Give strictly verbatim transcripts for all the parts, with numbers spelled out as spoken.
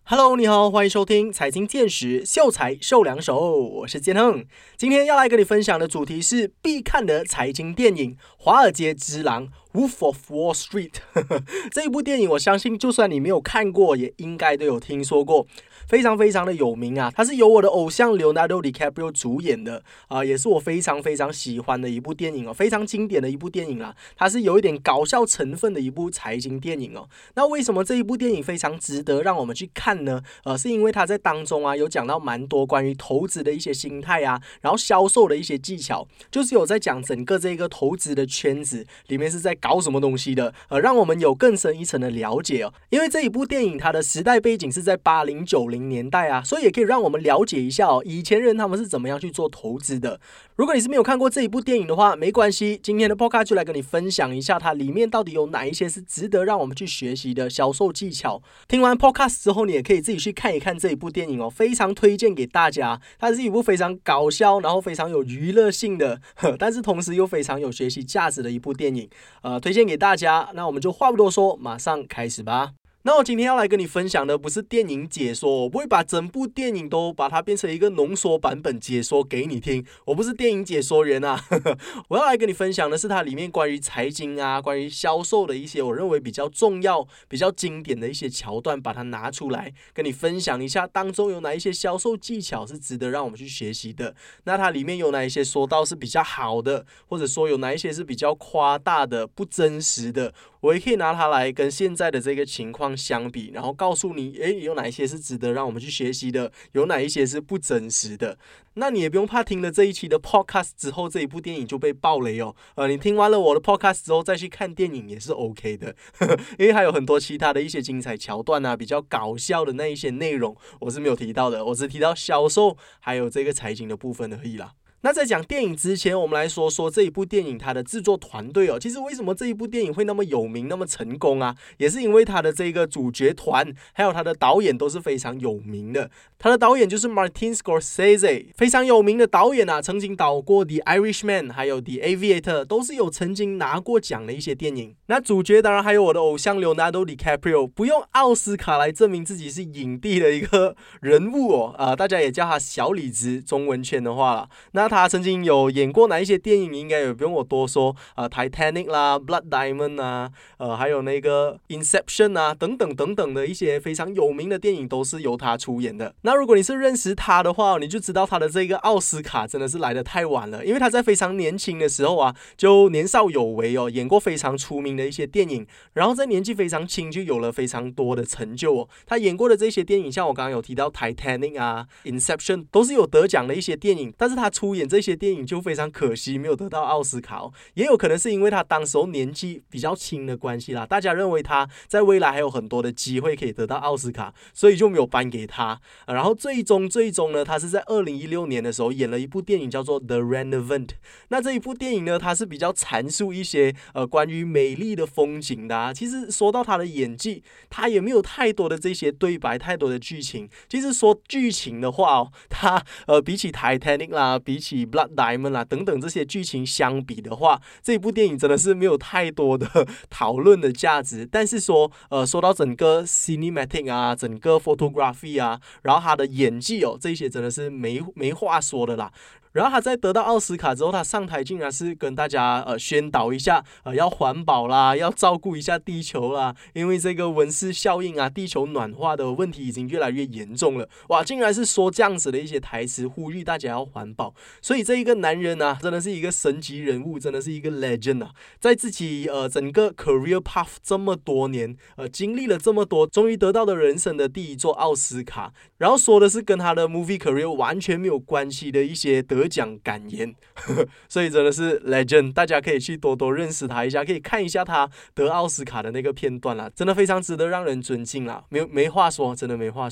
Hello， 你好，欢迎收听财经见识，秀财秀两手，我是建亨。今天要来跟你分享的主题是必看的财经电影《华尔街之狼》Wolf of Wall Street 这一部电影，我相信就算你没有看过，也应该都有听说过，非常非常的有名啊！它是由我的偶像 Leonardo DiCaprio 主演的啊、呃，也是我非常非常喜欢的一部电影哦，非常经典的一部电影啦。它是有一点搞笑成分的一部财经电影哦。那为什么这一部电影非常值得让我们去看呢？呃，是因为它在当中啊有讲到蛮多关于投资的一些心态啊，然后销售的一些技巧，就是有在讲整个这个投资的圈子里面是在搞什么东西的，呃，让我们有更深一层的了解哦。因为这一部电影它的时代背景是在八零九零年代啊，所以也可以让我们了解一下哦，以前人他们是怎么样去做投资的。如果你是没有看过这一部电影的话，没关系，今天的 podcast 就来跟你分享一下它里面到底有哪一些是值得让我们去学习的销售技巧。听完 podcast 之后，你也可以自己去看一看这一部电影哦，非常推荐给大家。它是一部非常搞笑，然后非常有娱乐性的，但是同时又非常有学习价值的一部电影，呃，推荐给大家。那我们就话不多说，马上开始吧。那我今天要来跟你分享的不是电影解说，我不会把整部电影都把它变成一个浓缩版本解说给你听，我不是电影解说员啊我要来跟你分享的是它里面关于财经啊，关于销售的一些我认为比较重要比较经典的一些桥段，把它拿出来跟你分享一下，当中有哪一些销售技巧是值得让我们去学习的，那它里面有哪一些说到是比较好的，或者说有哪一些是比较夸大的不真实的，我也可以拿它来跟现在的这个情况相比，然后告诉你，诶，有哪一些是值得让我们去学习的，有哪一些是不真实的。那你也不用怕听了这一期的 podcast 之后，这一部电影就被爆雷哦。呃，你听完了我的 podcast 之后再去看电影也是 OK 的，呵呵，因为还有很多其他的一些精彩桥段啊，比较搞笑的那一些内容，我是没有提到的，我只提到销售还有这个财经的部分而已啦。那在讲电影之前，我们来说说这一部电影它的制作团队哦。其实为什么这一部电影会那么有名、那么成功啊？也是因为它的这个主角团，还有它的导演都是非常有名的。他的导演就是 Martin Scorsese， 非常有名的导演啊，曾经导过 The Irishman， 还有 The Aviator， 都是有曾经拿过奖的一些电影。那主角当然还有我的偶像 Leonardo DiCaprio， 不用奥斯卡来证明自己是影帝的一个人物哦。呃，大家也叫他小李子，中文圈的话啦。那他他曾经有演过哪一些电影，应该也不用我多说啊、呃、，Titanic 啦 ，Blood Diamond 啊，呃，还有那个 Inception 啊，等等等等的一些非常有名的电影都是由他出演的。那如果你是认识他的话，你就知道他的这个奥斯卡真的是来得太晚了，因为他在非常年轻的时候啊，就年少有为哦，演过非常出名的一些电影，然后在年纪非常轻就有了非常多的成就哦。他演过的这些电影，像我刚刚有提到 Titanic 啊 ，Inception 都是有得奖的一些电影，但是他出演这些电影就非常可惜没有得到奥斯卡哦，也有可能是因为他当时候年纪比较轻的关系啦，大家认为他在未来还有很多的机会可以得到奥斯卡，所以就没有颁给他。呃、然后最终最终呢，他是在二零一六年的时候演了一部电影叫做 The Revenant。那这一部电影呢，它是比较阐述一些呃关于美丽的风景的啊。其实说到他的演技，他也没有太多的这些对白，太多的剧情。其实说剧情的话哦，他呃比起 Titanic 啦，比起 Blood Diamond 啦等等这些剧情相比的话，这一部电影真的是没有太多的讨论的价值。但是说呃说到整个 cinematic 啊，整个 photography 啊，然后他的演技哦，这些真的是没没话说的啦。然后他在得到奥斯卡之后，他上台竟然是跟大家呃宣导一下，呃要环保啦，要照顾一下地球啦，因为这个温室效应啊，地球暖化的问题已经越来越严重了。哇，竟然是说这样子的一些台词，呼吁大家要环保。所以这一个男人啊，真的是一个神级人物，真的是一个 legend 啊，在自己呃整个 career path 这么多年，呃经历了这么多，终于得到了人生的第一座奥斯卡。然后说的是跟他的 movie career 完全没有关系的一些得奖感言所以真的是 legend， 大家可以去多多认识他一下，可以看一下他得奥斯卡的那个片段啦，真的非常值得让人尊敬啦，没有没话说，真的没话说。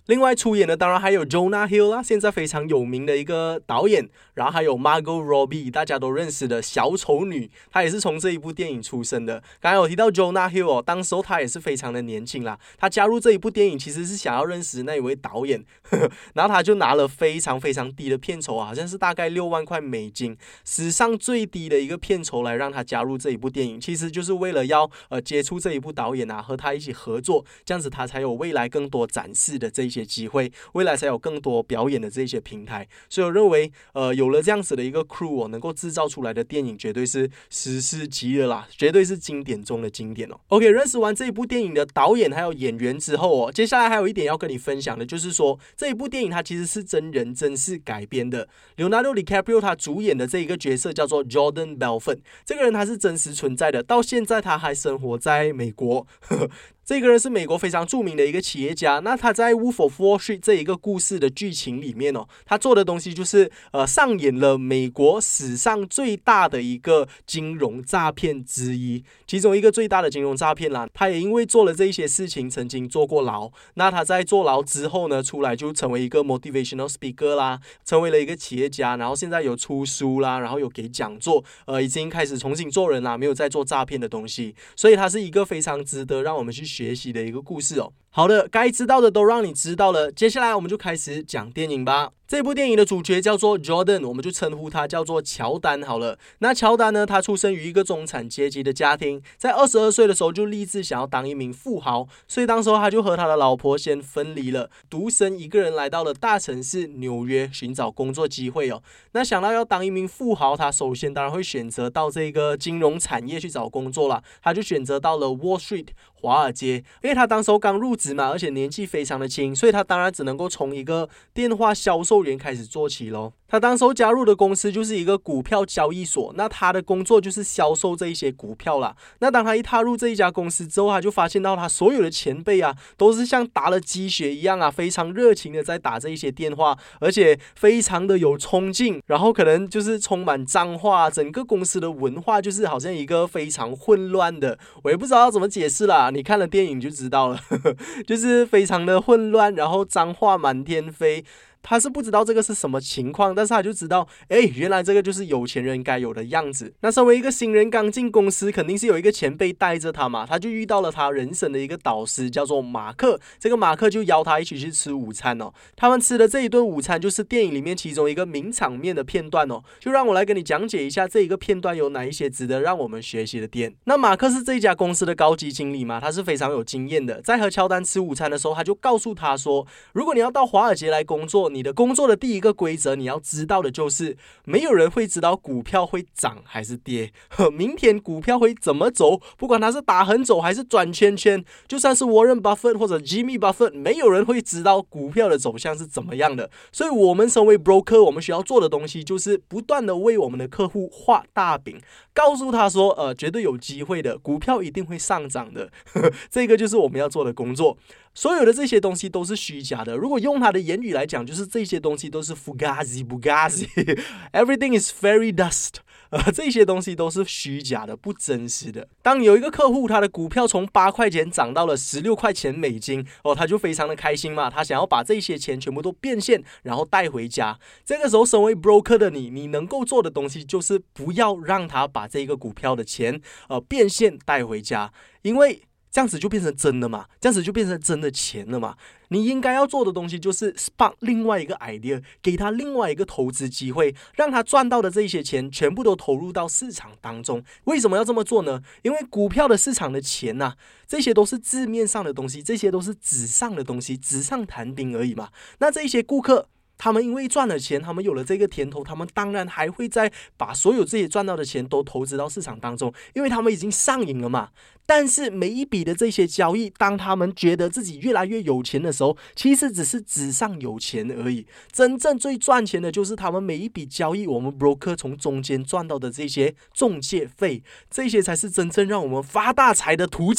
另外出演的当然还有 Jonah Hill 啦，现在非常有名的一个导演，然后还有 Margot Robbie， 大家都认识的小丑女，她也是从这一部电影出生的。刚才有提到 Jonah Hill 哦，当时候他也是非常的年轻啦，他加入这一部电影其实是想要认识那一位导演，呵呵，然后他就拿了非常非常低的片酬啊，好像是大概六万块美金，史上最低的一个片酬来让他加入这一部电影，其实就是为了要呃接触这一部导演啊，和他一起合作，这样子他才有未来更多展示的这一些机会，未来才有更多表演的这些平台。所以我认为呃有了这样子的一个 crew 哦，能够制造出来的电影绝对是史诗级的啦，绝对是经典中的经典哦。OK， 认识完这一部电影的导演还有演员之后哦，接下来还有一点要跟你分享的就是说，这一部电影它其实是真人真事改编的。Leonardo DiCaprio 他主演的这一个角色叫做 Jordan Belfort， 这个人他是真实存在的，到现在他还生活在美国。呵呵，这个人是美国非常著名的一个企业家，那他在 Wolf of Wall Street 这一个故事的剧情里面哦，他做的东西就是呃上演了美国史上最大的一个金融诈骗之一，其中一个最大的金融诈骗啦，他也因为做了这一些事情曾经坐过牢。那他在坐牢之后呢，出来就成为一个 motivational speaker 啦，成为了一个企业家，然后现在有出书啦，然后有给讲座，呃，已经开始重新做人啦，没有再做诈骗的东西，所以他是一个非常值得让我们去学习的一个故事哦。好的，该知道的都让你知道了，接下来我们就开始讲电影吧。这部电影的主角叫做 Jordan， 我们就称呼他叫做乔丹好了。那乔丹呢，他出生于一个中产阶级的家庭，在二十二岁的时候就立志想要当一名富豪，所以当时候他就和他的老婆先分离了，独身一个人来到了大城市纽约寻找工作机会哦。那想到要当一名富豪，他首先当然会选择到这个金融产业去找工作啦，他就选择到了 Wall Street 华尔街，因为他当时候刚入职嘛，而且年纪非常的轻，所以他当然只能够从一个电话销售员开始做起咯。他当时候加入的公司就是一个股票交易所，那他的工作就是销售这一些股票啦。那当他一踏入这一家公司之后，他就发现到他所有的前辈啊，都是像打了鸡血一样啊，非常热情的在打这一些电话，而且非常的有冲劲，然后可能就是充满脏话，整个公司的文化就是好像一个非常混乱的，我也不知道要怎么解释啦，你看了电影就知道了，呵呵，就是非常的混乱，然后脏话满天飞。他是不知道这个是什么情况，但是他就知道，哎，原来这个就是有钱人该有的样子。那身为一个新人刚进公司，肯定是有一个前辈带着他嘛，他就遇到了他人生的一个导师，叫做马克。这个马克就邀他一起去吃午餐哦。他们吃的这一顿午餐就是电影里面其中一个名场面的片段哦。就让我来跟你讲解一下这一个片段有哪一些值得让我们学习的点。那马克是这一家公司的高级经理嘛，他是非常有经验的。在和乔丹吃午餐的时候，他就告诉他说，如果你要到华尔街来工作，你的工作的第一个规则你要知道的就是没有人会知道股票会涨还是跌，明天股票会怎么走，不管它是打横走还是转圈圈，就算是 Warren Buffett 或者 Jimmy Buffett， 没有人会知道股票的走向是怎么样的。所以我们身为 broker， 我们需要做的东西就是不断的为我们的客户画大饼，告诉他说呃，绝对有机会的，股票一定会上涨的这个就是我们要做的工作。所有的这些东西都是虚假的，如果用他的言语来讲，就是这些东西都是 fugazi fugazi everything is fairy dust， 呃，这些东西都是虚假的，不真实的。当有一个客户他的股票从八块钱涨到了十六块钱美金哦，他就非常的开心嘛，他想要把这些钱全部都变现，然后带回家。这个时候身为 broker 的你，你能够做的东西就是不要让他把这个股票的钱呃变现带回家，因为这样子就变成真的嘛，这样子就变成真的钱了嘛。你应该要做的东西就是 spark 另外一个 idea， 给他另外一个投资机会，让他赚到的这些钱全部都投入到市场当中。为什么要这么做呢？因为股票的市场的钱啊，这些都是字面上的东西，这些都是纸上的东西，纸上谈兵而已嘛。那这些顾客他们因为赚了钱，他们有了这个甜头，他们当然还会再把所有这些赚到的钱都投资到市场当中，因为他们已经上瘾了嘛。但是每一笔的这些交易，当他们觉得自己越来越有钱的时候，其实只是纸上有钱而已。真正最赚钱的就是他们每一笔交易，我们 broker 从中间赚到的这些中介费，这些才是真正让我们发大财的途径啊。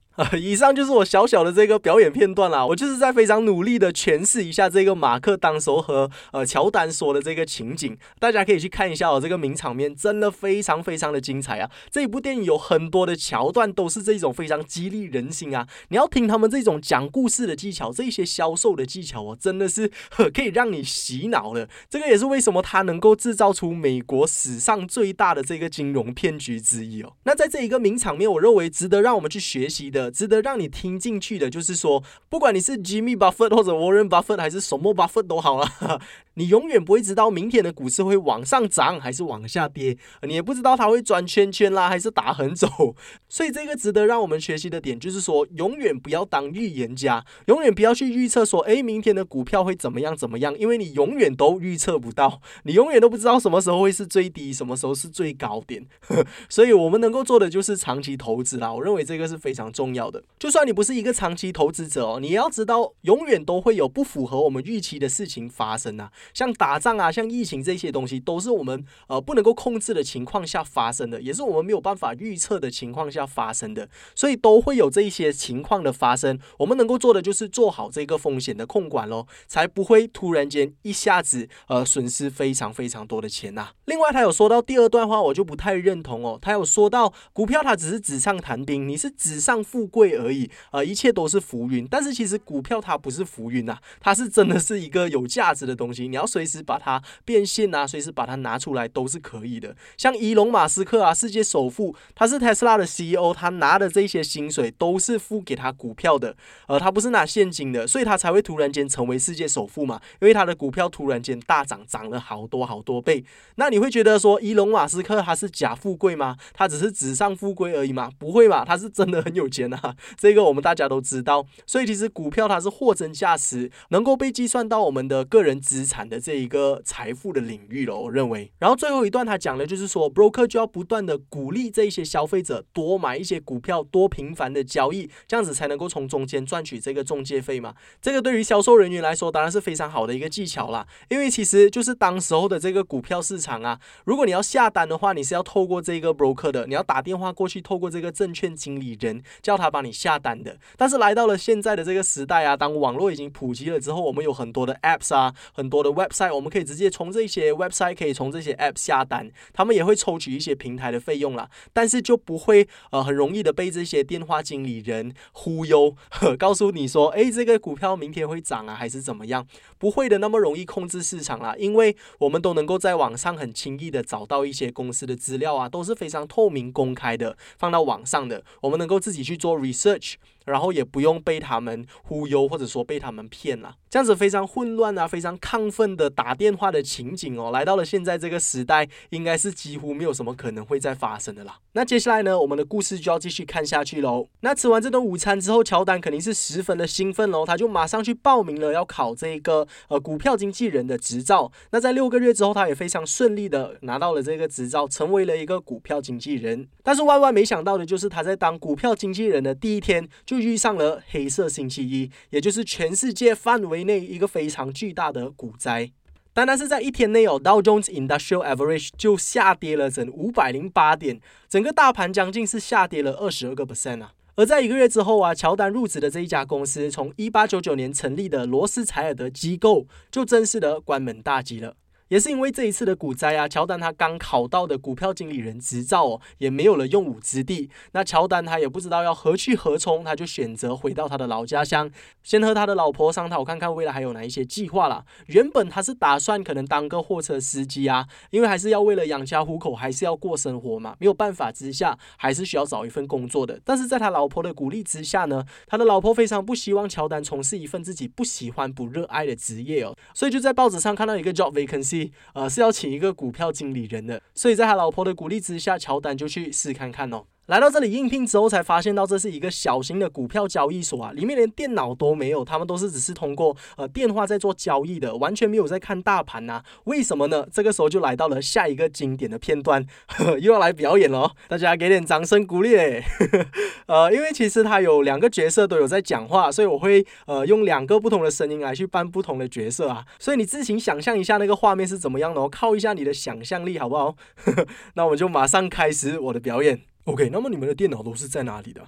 呃，以上就是我小小的这个表演片段啦，我就是在非常努力的诠释一下这个马克当时候和呃乔丹说的这个情景，大家可以去看一下哦，这个名场面真的非常非常的精彩啊！这一部电影有很多的桥段都是这种非常激励人心啊，你要听他们这种讲故事的技巧，这些销售的技巧哦，真的是呵可以让你洗脑的。这个也是为什么他能够制造出美国史上最大的这个金融骗局之一哦。那在这一个名场面，我认为值得让我们去学习的。值得让你听进去的就是说，不管你是 Jimmy Buffett 或者 Warren Buffett 还是什么 Buffett 都好啦，你永远不会知道明天的股市会往上涨还是往下跌，你也不知道它会转圈圈啦还是打横走。所以这个值得让我们学习的点就是说，永远不要当预言家，永远不要去预测说，诶，明天的股票会怎么样怎么样，因为你永远都预测不到，你永远都不知道什么时候会是最低，什么时候是最高点。所以我们能够做的就是长期投资啦，我认为这个是非常重要的。就算你不是一个长期投资者哦，你也要知道永远都会有不符合我们预期的事情发生啊，像打仗啊，像疫情这些东西都是我们呃不能够控制的情况下发生的，也是我们没有办法预测的情况下发生的，所以都会有这一些情况的发生。我们能够做的就是做好这个风险的控管咯，才不会突然间一下子呃损失非常非常多的钱啊。另外他有说到第二段话，我就不太认同哦，他有说到股票它只是纸上谈兵，你是纸上富贵而已，呃，一切都是浮云。但是其实股票它不是浮云啊，它是真的是一个有价值的东西，你要随时把它变现啊，随时把它拿出来都是可以的。像伊隆马斯克啊，世界首富，他是 Tesla 的 C E O， 他拿的这些薪水都是付给他股票的，呃，他不是拿现金的，所以他才会突然间成为世界首富嘛，因为他的股票突然间大涨，涨了好多好多倍。那你会觉得说伊隆马斯克他是假富贵吗？他只是纸上富贵而已吗？不会嘛，他是真的很有钱啊，这个我们大家都知道。所以其实股票它是货真价实，能够被计算到我们的个人资产的这一个财富的领域了，我认为。然后最后一段他讲的就是说 broker 就要不断的鼓励这一些消费者多买一些股票，多频繁的交易，这样子才能够从中间赚取这个中介费嘛。这个对于销售人员来说当然是非常好的一个技巧啦，因为其实就是当时候的这个股票市场啊，如果你要下单的话，你是要透过这个 broker 的，你要打电话过去透过这个证券经理人叫他帮你下单的。但是来到了现在的这个时代啊，当网络已经普及了之后，我们有很多的 apps 啊，很多的 website， 我们可以直接从这些 website 可以从这些 app 下单，他们也会抽取一些平台的费用啦，但是就不会呃很容易的被这些电话经理人忽悠，呵告诉你说，诶，这个股票明天会涨啊，还是怎么样？不会的那么容易控制市场啦，因为我们都能够在网上很轻易的找到一些公司的资料啊，都是非常透明公开的，放到网上的，我们能够自己去做 research。然后也不用被他们忽悠，或者说被他们骗了，这样子非常混乱啊，非常亢奋的打电话的情景哦，来到了现在这个时代，应该是几乎没有什么可能会再发生的啦。那接下来呢，我们的故事就要继续看下去喽。那吃完这顿午餐之后，乔丹肯定是十分的兴奋喽，他就马上去报名了要考这个呃股票经纪人的执照。那在六个月之后，他也非常顺利的拿到了这个执照，成为了一个股票经纪人。但是万万没想到的就是他在当股票经纪人的第一天就遇上了黑色星期一，也就是全世界范围内一个非常巨大的股灾。单单是在一天内哦 Dow Jones Industrial Average 就下跌了整五百零八点，整个大盘将近是下跌了 百分之二十二 啊。而在一个月之后啊，乔丹入职的这一家公司从一八九九年成立的罗斯柴尔德机构就正式的关门大吉了。也是因为这一次的股灾啊，乔丹他刚考到的股票经理人执照哦，也没有了用武之地。那乔丹他也不知道要何去何从，他就选择回到他的老家乡，先和他的老婆商讨看看未来还有哪一些计划啦。原本他是打算可能当个货车司机啊，因为还是要为了养家糊口，还是要过生活嘛，没有办法之下，还是需要找一份工作的。但是在他老婆的鼓励之下呢，他的老婆非常不希望乔丹从事一份自己不喜欢、不热爱的职业哦，所以就在报纸上看到一个 job vacancy。呃，是要请一个股票经理人的，所以在他老婆的鼓励之下，乔丹就去试看看哦。来到这里应聘之后，才发现到这是一个小型的股票交易所啊，里面连电脑都没有，他们都是只是通过呃电话在做交易的，完全没有在看大盘啊。为什么呢？这个时候就来到了下一个经典的片段，呵呵又要来表演了哦，大家给点掌声鼓励嘞。呃，因为其实他有两个角色都有在讲话，所以我会呃用两个不同的声音来去扮不同的角色啊，所以你自行想象一下那个画面是怎么样的哦，靠一下你的想象力好不好？那我们就马上开始我的表演。OK， 那么你们的电脑都是在哪里的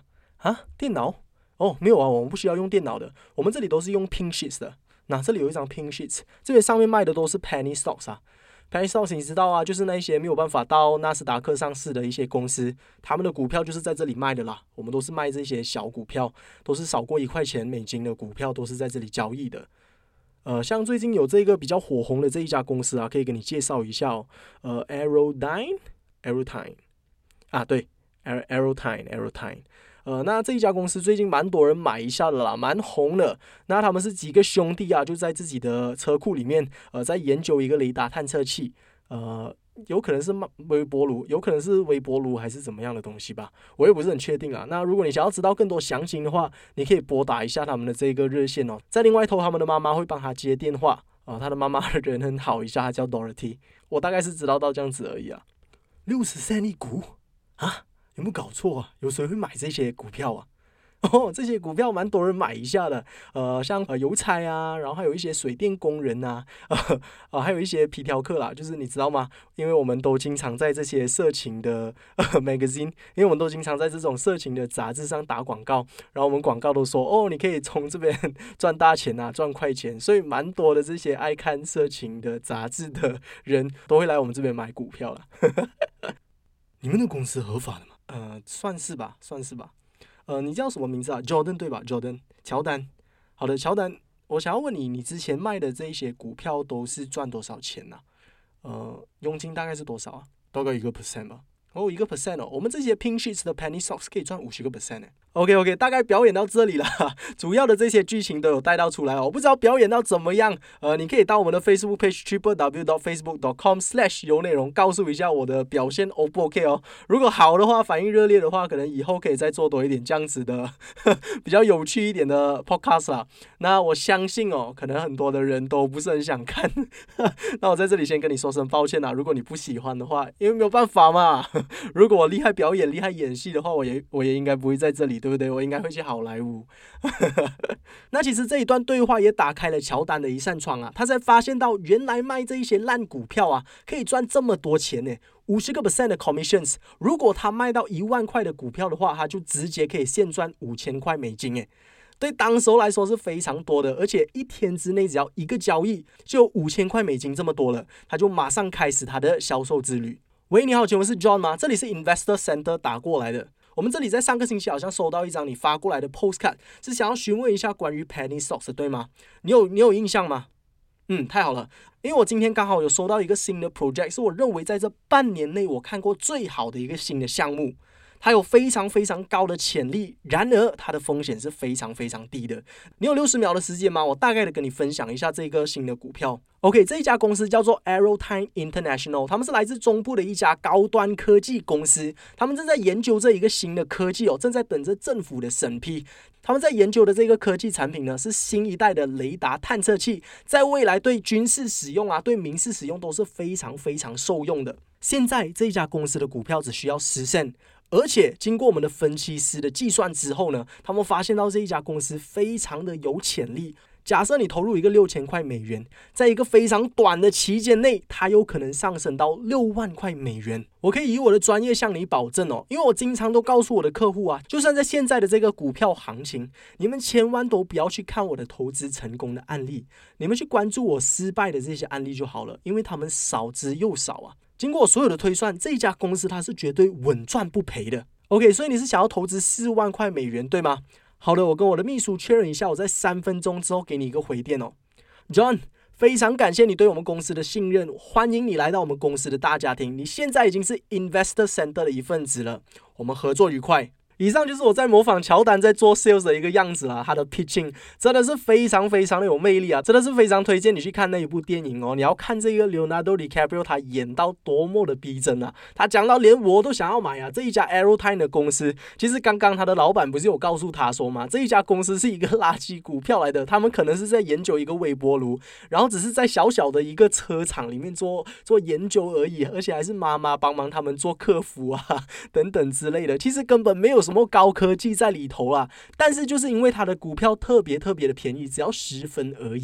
啊，电脑？哦，没有啊，我们不需要用电脑的，我们这里都是用 Pink Sheets 的。那这里有一张 Pink Sheets， 这边上面卖的都是 Penny Stocks 啊。Penny Stocks 你知道啊，就是那一些没有办法到纳斯达克上市的一些公司，他们的股票就是在这里卖的啦。我们都是卖这些小股票，都是少过一块钱美金的股票，都是在这里交易的。呃，像最近有这个比较火红的这一家公司啊，可以给你介绍一下哦。呃 ，Aerodyne，Aerodyne 啊，对 ，Aerodyne，Aerodyne。呃，那这一家公司最近蛮多人买一下的啦，蛮红的。那他们是几个兄弟啊，就在自己的车库里面，呃，在研究一个雷达探测器，呃，有可能是微波炉，有可能是微波炉还是怎么样的东西吧，我也不是很确定啊。那如果你想要知道更多详情的话，你可以拨打一下他们的这个热线哦。在另外一头，他们的妈妈会帮他接电话啊、呃，他的妈妈人很好一下，她叫 Dorothy， 我大概是知道到这样子而已啊。六十 cent 一股啊？有没有搞错啊？有谁会买这些股票啊？哦，这些股票蛮多人买一下的，呃，像呃邮差啊，然后还有一些水电工人啊，呃，呃还有一些皮条客啦，就是你知道吗？因为我们都经常在这些色情的、呃、magazine， 因为我们都经常在这种色情的杂志上打广告，然后我们广告都说哦，你可以从这边赚大钱啊，赚快钱，所以蛮多的这些爱看色情的杂志的人都会来我们这边买股票啦。你们的公司合法的吗？呃，算是吧，算是吧。呃，你叫什么名字啊 ？Jordan 对吧 ？Jordan， 乔丹。好的，乔丹，我想要问你，你之前卖的这一些股票都是赚多少钱呢、啊？呃，佣金大概是多少啊？大概一个 percent 吧。哦，一个 percent 哦，我们这些 Pink Sheets 的 Penny Stocks 可以赚五十个 percent 呢。OK OK， 大概表演到这里了，主要的这些剧情都有带到出来哦。我不知道表演到怎么样，呃，你可以到我们的 Facebook page triple w dot facebook dot com slash 有内容，告诉一下我的表现 O 不 OK 哦。如果好的话，反应热烈的话，可能以后可以再做多一点这样子的比较有趣一点的 podcast 啦。那我相信哦，可能很多的人都不是很想看。那我在这里先跟你说声抱歉啦，如果你不喜欢的话，因为没有办法嘛。如果我厉害表演、厉害演戏的话，我也我也应该不会在这里。对不对？我应该会去好莱坞。那其实这一段对话也打开了乔丹的一扇窗啊，他才发现到原来卖这一些烂股票啊，可以赚这么多钱呢，五十个 percent 的 commissions。如果他卖到一万块的股票的话，他就直接可以现赚五千块美金诶。对当时来说是非常多的，而且一天之内只要一个交易就有五千块美金这么多了，他就马上开始他的销售之旅。喂，你好，请问是 John 吗？这里是 Investor Center 打过来的。我们这里在上个星期好像收到一张你发过来的 postcard， 是想要询问一下关于 Penny Stocks 对吗？你有你有印象吗？嗯，太好了，因为我今天刚好有收到一个新的 project， 是我认为在这半年内我看过最好的一个新的项目。它有非常非常高的潜力，然而它的风险是非常非常低的。你有六十秒的时间吗？我大概的跟你分享一下这个新的股票。OK， 这一家公司叫做 Aerodyne International， 他们是来自中部的一家高端科技公司，他们正在研究这一个新的科技哦，正在等着政府的审批。他们在研究的这个科技产品呢，是新一代的雷达探测器，在未来对军事使用啊，对民事使用都是非常非常受用的。现在这一家公司的股票只需要十 cent。而且经过我们的分析师的计算之后呢，他们发现到这一家公司非常的有潜力。假设你投入一个六千块美元，在一个非常短的期间内，它有可能上升到六万块美元。我可以以我的专业向你保证哦，因为我经常都告诉我的客户啊，就算在现在的这个股票行情，你们千万都不要去看我的投资成功的案例，你们去关注我失败的这些案例就好了，因为他们少之又少啊。经过我所有的推算，这一家公司它是绝对稳赚不赔的。OK， 所以你是想要投资四万块美元，对吗？好的，我跟我的秘书确认一下，我在三分钟之后给你一个回电哦。John， 非常感谢你对我们公司的信任，欢迎你来到我们公司的大家庭。你现在已经是 Investor Center 的一份子了，我们合作愉快。以上就是我在模仿乔丹在做 sales 的一个样子啦，他的 pitching 真的是非常非常的有魅力啊，真的是非常推荐你去看那一部电影哦。你要看这个 Leonardo DiCaprio 他演到多么的逼真啊，他讲到连我都想要买啊。这一家 Aerodyne 的公司，其实刚刚他的老板不是有告诉他说吗？这一家公司是一个垃圾股票来的，他们可能是在研究一个微波炉，然后只是在小小的一个车厂里面做做研究而已，而且还是妈妈帮忙他们做客服啊等等之类的，其实根本没有什么高科技在里头啦，但是就是因为它的股票特别特别的便宜，只要十分而已。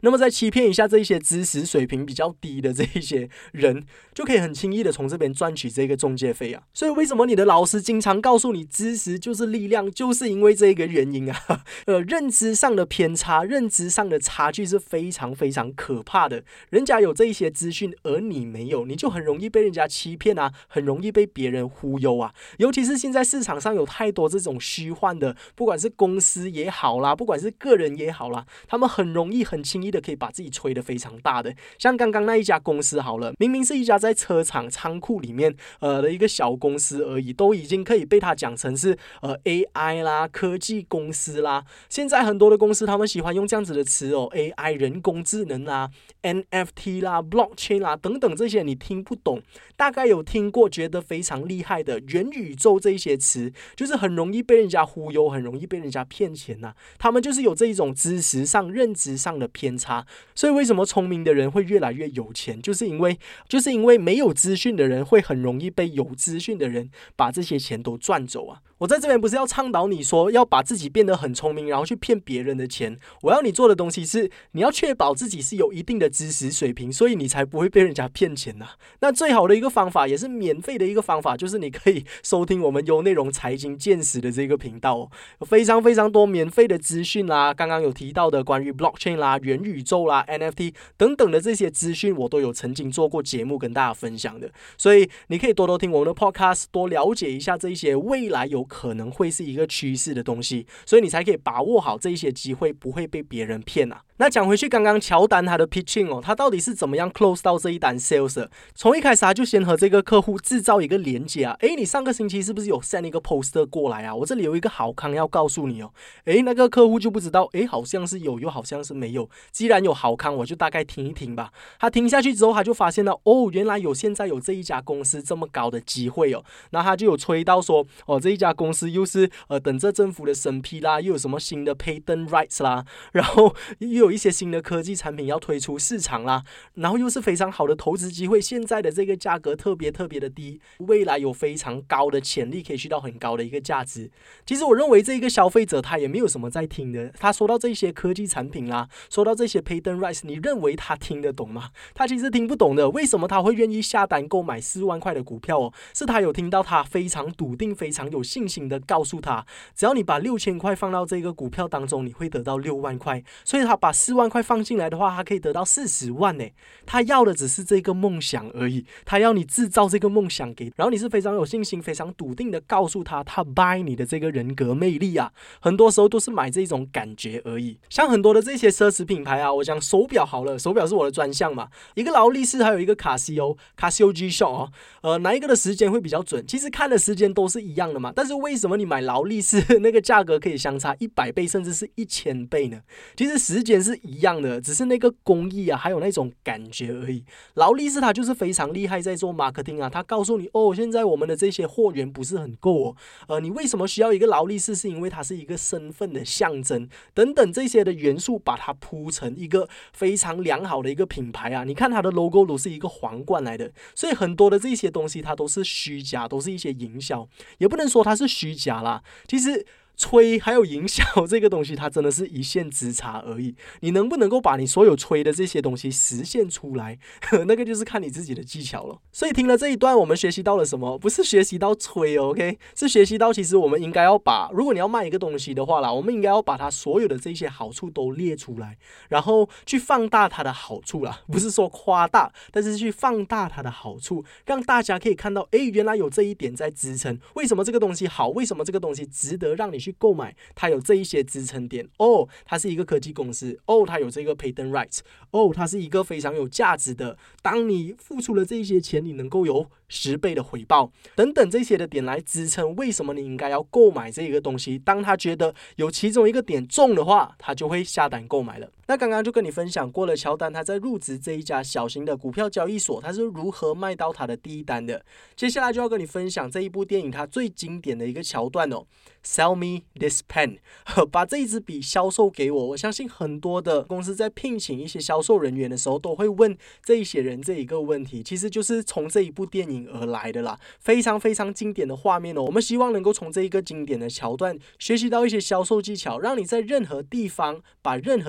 那么再欺骗一下这一些知识水平比较低的这一些人，就可以很轻易的从这边赚取这个中介费啊。所以为什么你的老师经常告诉你知识就是力量，就是因为这个原因啊。呃，认知上的偏差，认知上的差距是非常非常可怕的。人家有这一些资讯，而你没有，你就很容易被人家欺骗啊，很容易被别人忽悠啊。尤其是现在市场上有太多这种虚幻的，不管是公司也好啦，不管是个人也好啦，他们很容易很轻易的可以把自己吹得非常大的。像刚刚那一家公司好了，明明是一家在车厂仓库里面呃的一个小公司而已，都已经可以被他讲成是呃 A I 啦、科技公司啦。现在很多的公司他们喜欢用这样子的词哦 ，A I 人工智能啦、N F T 啦、Blockchain 啦等等这些你听不懂，大概有听过觉得非常厉害的元宇宙这一些词，就是很容易被人家忽悠，很容易被人家骗钱呐、啊。他们就是有这一种知识上、认知上的偏差，所以为什么聪明的人会越来越有钱，就是因为就是因为没有资讯的人会很容易被有资讯的人把这些钱都赚走啊。我在这边不是要倡导你说要把自己变得很聪明，然后去骗别人的钱。我要你做的东西是，你要确保自己是有一定的知识水平，所以你才不会被人家骗钱呐、啊。那最好的一个方法，也是免费的一个方法，就是你可以收听我们有内容财经见识的这个频道、哦，有非常非常多免费的资讯啦。刚刚有提到的关于 blockchain 啦、元宇宙啦、N F T 等等的这些资讯，我都有曾经做过节目跟大家分享的。所以你可以多多听我们的 podcast， 多了解一下这一些未来有可能会是一个趋势的东西，所以你才可以把握好这一些机会，不会被别人骗啊。那讲回去，刚刚乔丹他的 pitching 哦，他到底是怎么样 close 到这一单 sales 的？从一开始他就先和这个客户制造一个连接啊，诶，你上个星期是不是有 send 一个 poster 过来啊？我这里有一个好康要告诉你哦。诶，那个客户就不知道，诶，好像是有，又好像是没有。既然有好康，我就大概听一听吧。他听下去之后，他就发现到，哦，原来有现在有这一家公司这么高的机会哦。那他就有吹到说，哦，这一家公司又是呃等着政府的审批啦，又有什么新的 patent rights 啦，然后又有一些新的科技产品要推出市场啦，然后又是非常好的投资机会，现在的这个价格特别特别的低，未来有非常高的潜力可以去到很高的一个价值。其实我认为这一个消费者他也没有什么在听的，他说到这些科技产品啦，说到这些 patent rights， 你认为他听得懂吗？他其实听不懂的。为什么他会愿意下单购买四万块的股票哦？是他有听到他非常笃定、非常有信心的告诉他，只要你把六千块放到这个股票当中，你会得到六万块。所以他把四万块放进来的话，他可以得到四十万呢。他要的只是这个梦想而已，他要你制造这个梦想给，然后你是非常有信心、非常笃定的告诉他，他 buy 你的这个人格魅力啊。很多时候都是买这种感觉而已。像很多的这些奢侈品牌啊，我讲手表好了，手表是我的专项嘛，一个劳力士还有一个卡西欧，卡西欧 G-Shock 哦，呃，哪一个的时间会比较准？其实看的时间都是一样的嘛，但是为什么你买劳力士那个价格可以相差一百倍甚至是一千倍呢？其实时间是一样的，只是那个工艺啊，还有那种感觉而已。劳力士它就是非常厉害在做 marketing 啊，他告诉你哦，现在我们的这些货源不是很够哦，呃，你为什么需要一个劳力士？是因为它是一个身份的象征等等这些的元素，把它铺成一个非常良好的一个品牌啊。你看它的 logo 都是一个皇冠来的，所以很多的这些东西它都是虚假，都是一些营销，也不能说它是虚假啦。其实吹还有营销这个东西，它真的是一线之差而已。你能不能够把你所有吹的这些东西实现出来，那个就是看你自己的技巧了。所以听了这一段，我们学习到了什么？不是学习到吹 ，OK， 是学习到其实我们应该要把，如果你要卖一个东西的话啦，我们应该要把它所有的这些好处都列出来，然后去放大它的好处啦，不是说夸大，但是去放大它的好处，让大家可以看到，诶，原来有这一点在支撑，为什么这个东西好，为什么这个东西值得让你去购买，它有这一些支撑点哦，它是一个科技公司哦，它有这个 patent rights 哦，它是一个非常有价值的，当你付出了这一些钱，你能够有十倍的回报等等这些的点来支撑为什么你应该要购买这个东西。当他觉得有其中一个点中的话，他就会下单购买了。那刚刚就跟你分享过了，乔丹他在入职这一家小型的股票交易所，他是如何卖到他的第一单的。接下来就要跟你分享这一部电影它最经典的一个桥段哦 ，Sell me this pen， 把这一支笔销售给我。我相信很多的公司在聘请一些销售人员的时候，都会问这一些人这一个问题，其实就是从这一部电影而来的啦，非常非常经典的画面哦。我们希望能够从这一个经典的桥段学习到一些销售技巧，让你在任何地方把任何东西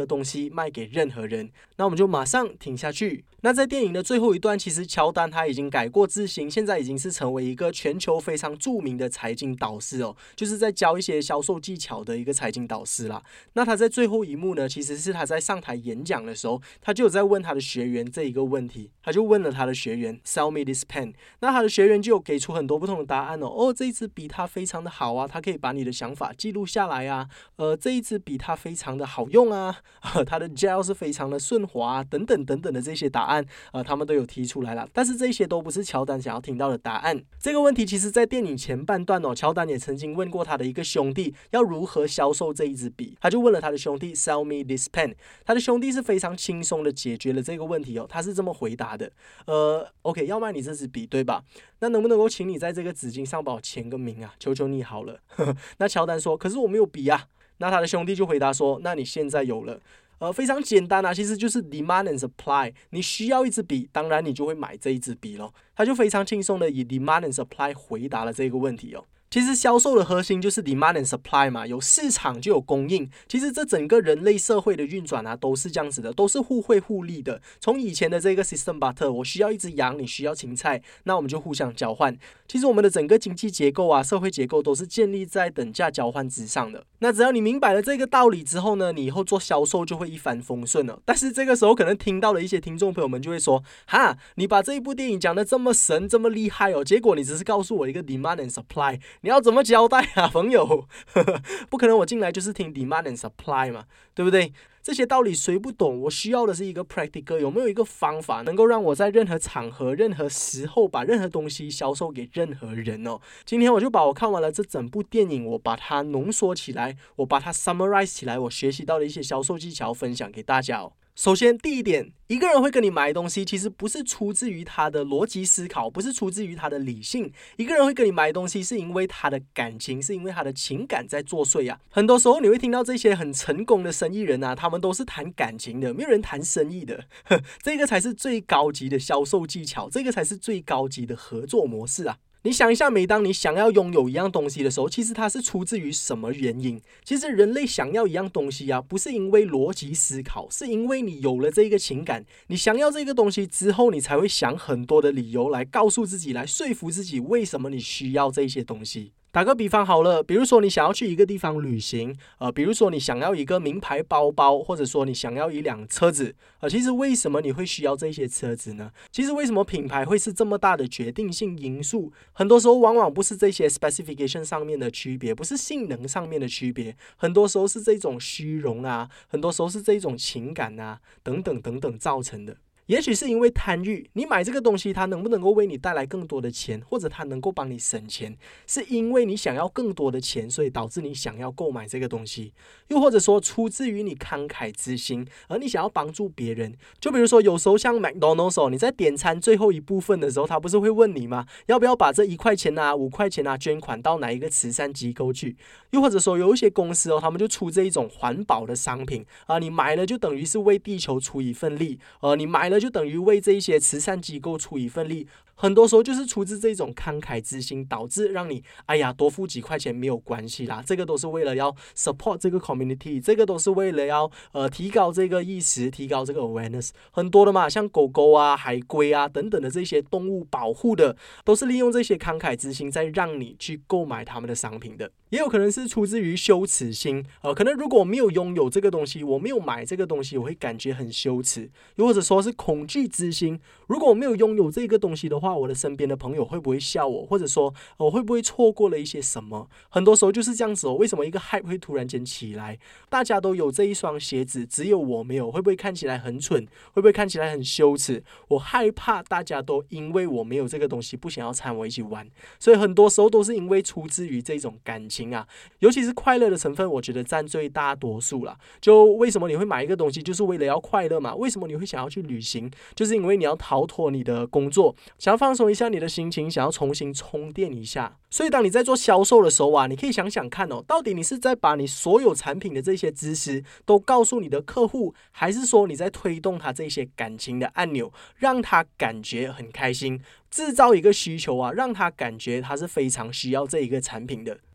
西卖给任何人。那我们就马上停下去。那在电影的最后一段，其实乔丹他已经改过自新，现在已经是成为一个全球非常著名的财经导师哦，就是在教一些销售技巧的一个财经导师啦。那他在最后一幕呢，其实是他在上台演讲的时候，他就有在问他的学员这一个问题，他就问了他的学员 Sell me this pen。 那他的学员就有给出很多不同的答案哦。哦，这一支笔它非常的好啊，它可以把你的想法记录下来啊。呃，这一支笔它非常的好用啊，呃、它的 gel 是非常的顺滑啊，等等等等的这些答案，呃，他们都有提出来了。但是这些都不是乔丹想要听到的答案。这个问题其实在电影前半段哦，乔丹也曾经问过他的一个兄弟要如何销售这一支笔，他就问了他的兄弟 Sell me this pen。 他的兄弟是非常轻松的解决了这个问题哦，他是这么回答的，呃 OK 要卖你这支笔对吧？那能不能够请你在这个纸巾上帮我签个名啊？求求你好了。那乔丹说可是我没有笔啊。那他的兄弟就回答说那你现在有了。呃，非常简单啊，其实就是 demand and supply。你需要一支笔，当然你就会买这一支笔咯。他就非常轻松的以 demand and supply 回答了这个问题哦。其实销售的核心就是 demand and supply 嘛，有市场就有供应。其实这整个人类社会的运转啊，都是这样子的，都是互惠互利的。从以前的这个 system barter， 我需要一只羊，你需要芹菜，那我们就互相交换。其实我们的整个经济结构啊，社会结构都是建立在等价交换之上的。那只要你明白了这个道理之后呢，你以后做销售就会一帆风顺了。但是这个时候可能听到的一些听众朋友们就会说，哈，你把这一部电影讲得这么神这么厉害哦，结果你只是告诉我一个 demand and supply， 你要怎么交代啊朋友？不可能我进来就是听 demand and supply 嘛，对不对？这些道理谁不懂？我需要的是一个 practical， 有没有一个方法能够让我在任何场合任何时候把任何东西销售给任何人哦？今天我就把我看完了这整部电影，我把它浓缩起来，我把它 summarize 起来，我学习到的一些销售技巧分享给大家哦。首先第一点，一个人会跟你买东西，其实不是出自于他的逻辑思考，不是出自于他的理性。一个人会跟你买东西是因为他的感情，是因为他的情感在作祟啊。很多时候你会听到这些很成功的生意人啊，他们都是谈感情的，没有人谈生意的。这个才是最高级的销售技巧，这个才是最高级的合作模式啊。你想一下，每当你想要拥有一样东西的时候，其实它是出自于什么原因？其实人类想要一样东西啊，不是因为逻辑思考，是因为你有了这个情感。你想要这个东西之后，你才会想很多的理由来告诉自己，来说服自己为什么你需要这些东西。打个比方好了，比如说你想要去一个地方旅行，呃，比如说你想要一个名牌包包，或者说你想要一辆车子，呃，其实为什么你会需要这些车子呢？其实为什么品牌会是这么大的决定性因素？很多时候往往不是这些 specification 上面的区别，不是性能上面的区别，很多时候是这种虚荣啊，很多时候是这种情感啊，等等等等造成的。也许是因为贪欲，你买这个东西它能不能够为你带来更多的钱，或者它能够帮你省钱，是因为你想要更多的钱，所以导致你想要购买这个东西。又或者说出自于你慷慨之心，而你想要帮助别人。就比如说有时候像 McDonald's 你在点餐最后一部分的时候，他不是会问你吗？要不要把这一块钱啊五块钱啊捐款到哪一个慈善机构去？又或者说有一些公司哦，他们就出这一种环保的商品啊，你买了就等于是为地球出一份力，呃，你买了就等于为这一些慈善机构出一份力。很多时候就是出自这种慷慨之心，导致让你哎呀多付几块钱没有关系啦，这个都是为了要 support 这个 community， 这个都是为了要呃提高这个意识，提高这个 awareness， 很多的嘛，像狗狗啊、海龟啊等等的这些动物保护的，都是利用这些慷慨之心在让你去购买他们的商品的。也有可能是出自于羞耻心，呃，可能如果我没有拥有这个东西，我没有买这个东西，我会感觉很羞耻。又或者说是恐惧之心，如果我没有拥有这个东西的话，我的身边的朋友会不会笑我，或者说我会不会错过了一些什么？很多时候就是这样子哦。为什么一个 hype 会突然间起来？大家都有这一双鞋子，只有我没有，会不会看起来很蠢？会不会看起来很羞耻？我害怕大家都因为我没有这个东西，不想要掺我一起玩。所以很多时候都是因为出自于这种感情啊，尤其是快乐的成分，我觉得占最大多数啦。就为什么你会买一个东西，就是为了要快乐嘛？为什么你会想要去旅行？就是因为你要逃脱你的工作，想要放松一下你的心情，想要重新充电一下。所以当你在做销售的时候啊，你可以想想看哦，到底你是在把你所有产品的这些知识都告诉你的客户，还是说你在推动他这些感情的按钮，让他感觉很开心，制造一个需求啊，让他感觉他是非常需要这一个产品的。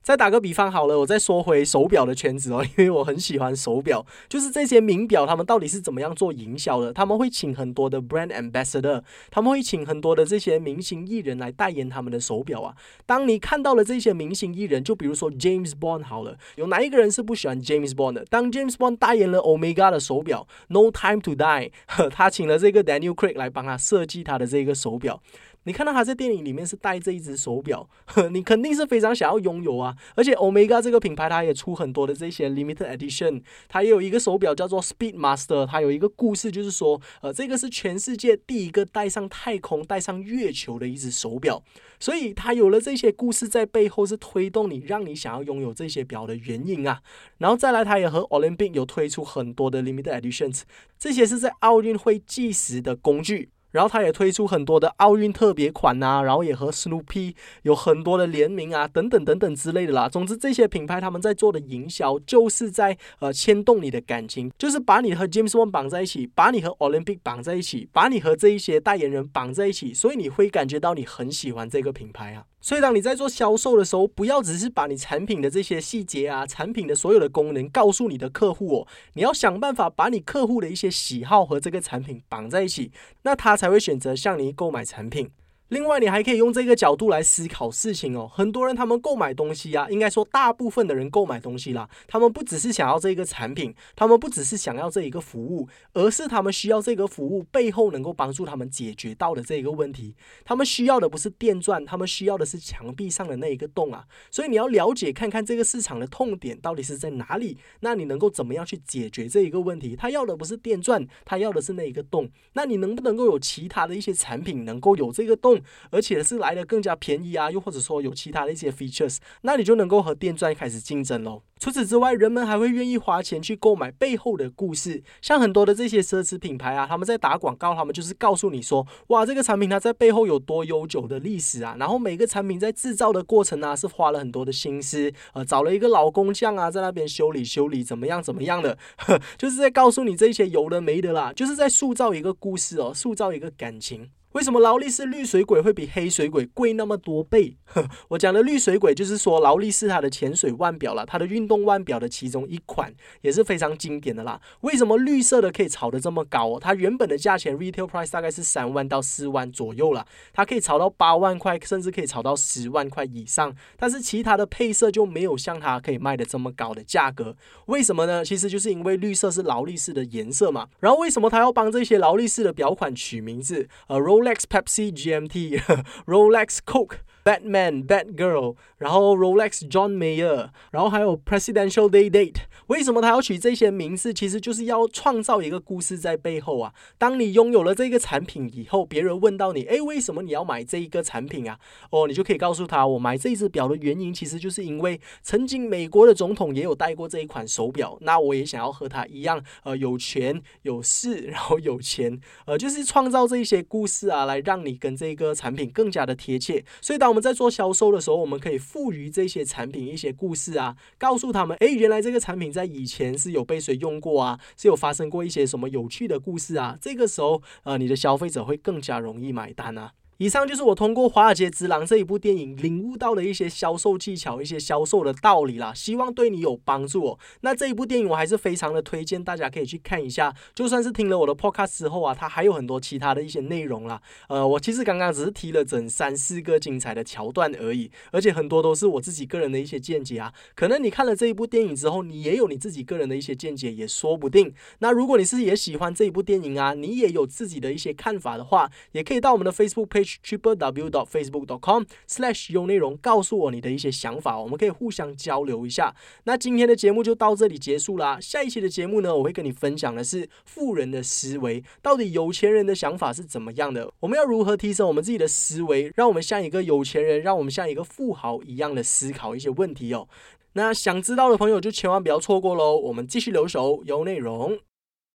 再打个比方好了，我再说回手表的圈子哦，因为我很喜欢手表，就是这些名表他们到底是怎么样做营销的？他们会请很多的 brand ambassador， 他们会请很多的这些明星艺人来代言他们的手表啊。当你看到了这些明星艺人，就比如说 James Bond 好了，有哪一个人是不喜欢 James Bond 的？当 James Bond 代言了 Omega 的手表 No Time to Die， 他请了这个 Daniel Craig 来帮他设计他的这个手表。你看到他在电影里面是戴这一只手表，你肯定是非常想要拥有啊！而且 Omega 这个品牌它也出很多的这些 limited edition， 它也有一个手表叫做 Speedmaster， 它有一个故事就是说，呃，这个是全世界第一个带上太空、带上月球的一只手表，所以它有了这些故事在背后是推动你，让你想要拥有这些表的原因啊。然后再来，它也和 Olympic 有推出很多的 limited editions， 这些是在奥运会计时的工具。然后他也推出很多的奥运特别款啊，然后也和 Snoopy 有很多的联名啊，等等等等之类的啦。总之这些品牌他们在做的营销，就是在呃牵动你的感情，就是把你和 James Bond 绑在一起，把你和 Olympic 绑在一起，把你和这一些代言人绑在一起，所以你会感觉到你很喜欢这个品牌啊。所以当你在做销售的时候，不要只是把你产品的这些细节啊，产品的所有的功能告诉你的客户哦，你要想办法把你客户的一些喜好和这个产品绑在一起，那他才会选择向你购买产品。另外你还可以用这个角度来思考事情哦，很多人他们购买东西啊，应该说大部分的人购买东西啦，他们不只是想要这个产品，他们不只是想要这一个服务，而是他们需要这个服务背后能够帮助他们解决到的这一个问题。他们需要的不是电钻，他们需要的是墙壁上的那一个洞啊。所以你要了解看看这个市场的痛点到底是在哪里，那你能够怎么样去解决这一个问题。他要的不是电钻，他要的是那一个洞，那你能不能够有其他的一些产品能够有这个洞，而且是来的更加便宜啊，又或者说有其他的一些 features， 那你就能够和电钻开始竞争咯。除此之外，人们还会愿意花钱去购买背后的故事，像很多的这些奢侈品牌啊，他们在打广告，他们就是告诉你说，哇，这个产品它在背后有多悠久的历史啊，然后每个产品在制造的过程啊，是花了很多的心思，呃，找了一个老工匠啊，在那边修理修理，怎么样怎么样的，呵，就是在告诉你这些有的没的啦，就是在塑造一个故事哦，塑造一个感情。为什么劳力士绿水鬼会比黑水鬼贵那么多倍？我讲的绿水鬼就是说劳力士它的潜水腕表啦，它的运动腕表的其中一款，也是非常经典的啦。为什么绿色的可以炒得这么高哦？它原本的价钱 retail price 大概是三万到四万左右啦，它可以炒到八万块，甚至可以炒到十万块以上。但是其他的配色就没有像它可以卖的这么高的价格。为什么呢？其实就是因为绿色是劳力士的颜色嘛。然后为什么它要帮这些劳力士的表款取名字？呃 Rolex Pepsi G M T Rolex Coke，Batman Batgirl， 然后 Rolex John Mayer， 然后还有 Presidential Day Date。 为什么他要取这些名字？其实就是要创造一个故事在背后啊。当你拥有了这个产品以后，别人问到你，诶，为什么你要买这一个产品啊？哦，你就可以告诉他，我买这一只表的原因其实就是因为曾经美国的总统也有戴过这一款手表，那我也想要和他一样，呃，有权有势，然后有钱，呃，就是创造这一些故事啊，来让你跟这个产品更加的贴切。所以当我们在做销售的时候，我们可以赋予这些产品一些故事啊，告诉他们，诶，原来这个产品在以前是有被谁用过啊，是有发生过一些什么有趣的故事啊。这个时候，呃，你的消费者会更加容易买单啊。以上就是我通过《华尔街之狼》这一部电影领悟到的一些销售技巧，一些销售的道理啦，希望对你有帮助哦。那这一部电影我还是非常的推荐大家可以去看一下，就算是听了我的 podcast 之后啊，它还有很多其他的一些内容啦。呃，我其实刚刚只是提了整三四个精彩的桥段而已，而且很多都是我自己个人的一些见解啊。可能你看了这一部电影之后，你也有你自己个人的一些见解，也说不定。那如果你是也喜欢这一部电影啊，你也有自己的一些看法的话，也可以到我们的 Facebook page triple w dot facebook dot com slash 有内容告诉我你的一些想法，我们可以互相交流一下。那今天的节目就到这里结束啦。下一期的节目呢，我会跟你分享的是富人的思维，到底有钱人的想法是怎么样的？我们要如何提升我们自己的思维，让我们像一个有钱人，让我们像一个富豪一样的思考一些问题哦。那想知道的朋友就千万不要错过咯，我们继续留守有内容。